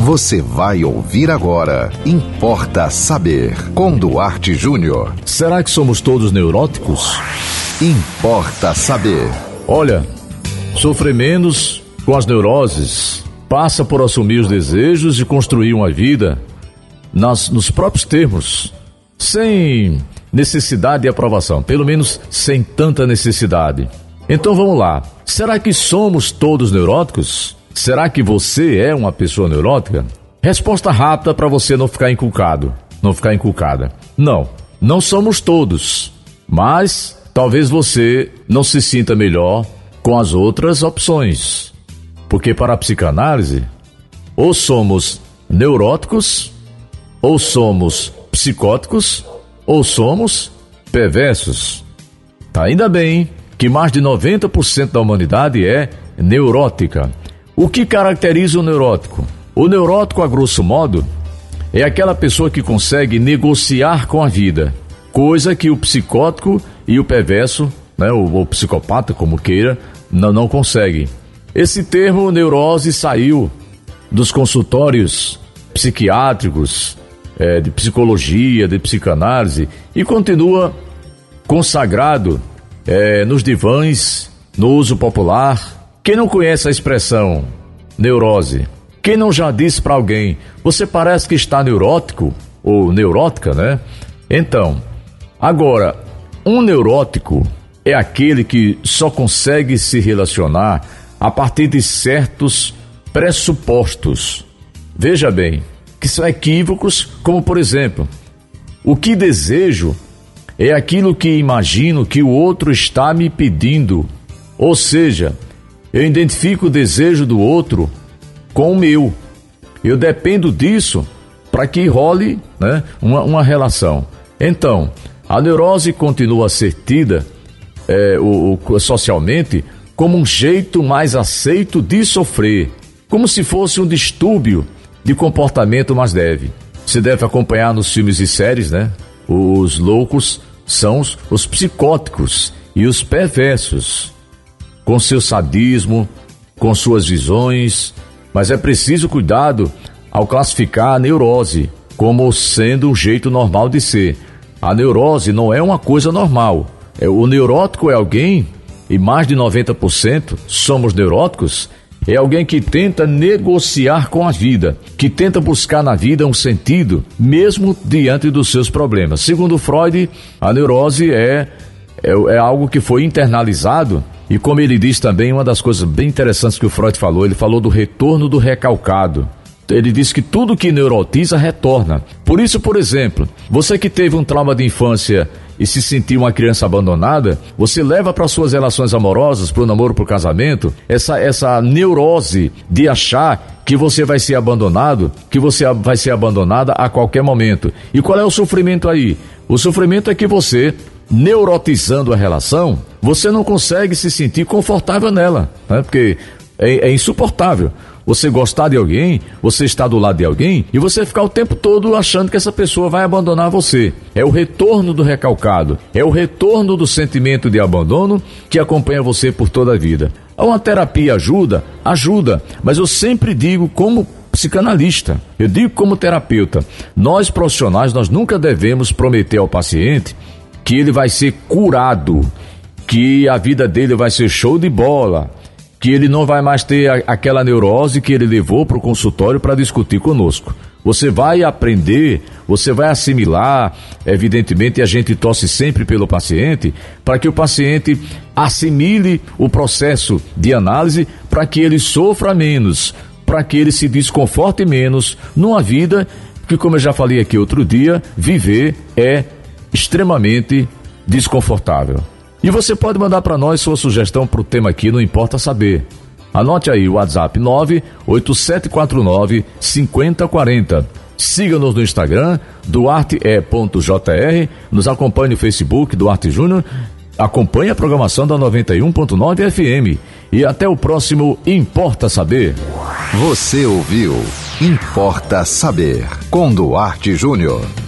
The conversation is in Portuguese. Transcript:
Você vai ouvir agora. Importa Saber, com Duarte Júnior. Será que somos todos neuróticos? Importa Saber. Olha, sofrer menos com as neuroses, passa por assumir os desejos e construir uma vida nos próprios termos, sem necessidade de aprovação, pelo menos sem tanta necessidade. Então vamos lá, será que somos todos neuróticos? Será que você é uma pessoa neurótica? Resposta rápida para você não ficar inculcada. Não somos todos, mas talvez você não se sinta melhor com as outras opções. Porque para a psicanálise, ou somos neuróticos, ou somos psicóticos, ou somos perversos. Tá, ainda bem que mais de 90% da humanidade é neurótica. O que caracteriza o neurótico? O neurótico, a grosso modo, é aquela pessoa que consegue negociar com a vida, coisa que o psicótico e o perverso, né, o psicopata, como queira, não consegue. Esse termo neurose saiu dos consultórios psiquiátricos, de psicologia, de psicanálise, e continua consagrado nos divãs, no uso popular. Quem não conhece a expressão neurose? Quem não já disse para alguém, você parece que está neurótico ou neurótica, né? Então, agora, um neurótico é aquele que só consegue se relacionar a partir de certos pressupostos. Veja bem, que são equívocos, como por exemplo, o que desejo é aquilo que imagino que o outro está me pedindo. Ou seja, eu identifico o desejo do outro com o meu. Eu dependo disso para que role, né, uma relação. Então, a neurose continua a ser tida socialmente como um jeito mais aceito de sofrer, como se fosse um distúrbio de comportamento mais leve. Se deve acompanhar nos filmes e séries, né? Os loucos são os psicóticos e os perversos, com seu sadismo, com suas visões, mas é preciso cuidado ao classificar a neurose como sendo um jeito normal de ser. A neurose não é uma coisa normal. O neurótico é alguém, e mais de 90% somos neuróticos, é alguém que tenta negociar com a vida, que tenta buscar na vida um sentido, mesmo diante dos seus problemas. Segundo Freud, a neurose é algo que foi internalizado. E como ele diz também, uma das coisas bem interessantes que o Freud falou, ele falou do retorno do recalcado. Ele diz que tudo que neurotiza retorna. Por isso, por exemplo, você que teve um trauma de infância e se sentiu uma criança abandonada, você leva para suas relações amorosas, para o namoro, para o casamento, essa neurose de achar que você vai ser abandonado, que você vai ser abandonada a qualquer momento. E qual é o sofrimento aí? O sofrimento é que você, neurotizando a relação, você não consegue se sentir confortável nela, né? Porque é insuportável você gostar de alguém, você estar do lado de alguém e você ficar o tempo todo achando que essa pessoa vai abandonar você. É o retorno do recalcado, é o retorno do sentimento de abandono que acompanha você por toda a vida. Uma terapia ajuda, mas eu sempre digo como psicanalista, eu digo como terapeuta, nós profissionais, nós nunca devemos prometer ao paciente que ele vai ser curado, que a vida dele vai ser show de bola, que ele não vai mais ter aquela neurose que ele levou para o consultório para discutir conosco. Você vai aprender, você vai assimilar, evidentemente a gente torce sempre pelo paciente, para que o paciente assimile o processo de análise, para que ele sofra menos, para que ele se desconforte menos numa vida que, como eu já falei aqui outro dia, viver é extremamente desconfortável. E você pode mandar para nós sua sugestão para o tema aqui, não importa saber. Anote aí o WhatsApp 98749-5040. Siga-nos no Instagram, duarte.jr, nos acompanhe no Facebook, Duarte Júnior, acompanhe a programação da 91.9 FM. E até o próximo Importa Saber. Você ouviu Importa Saber, com Duarte Júnior.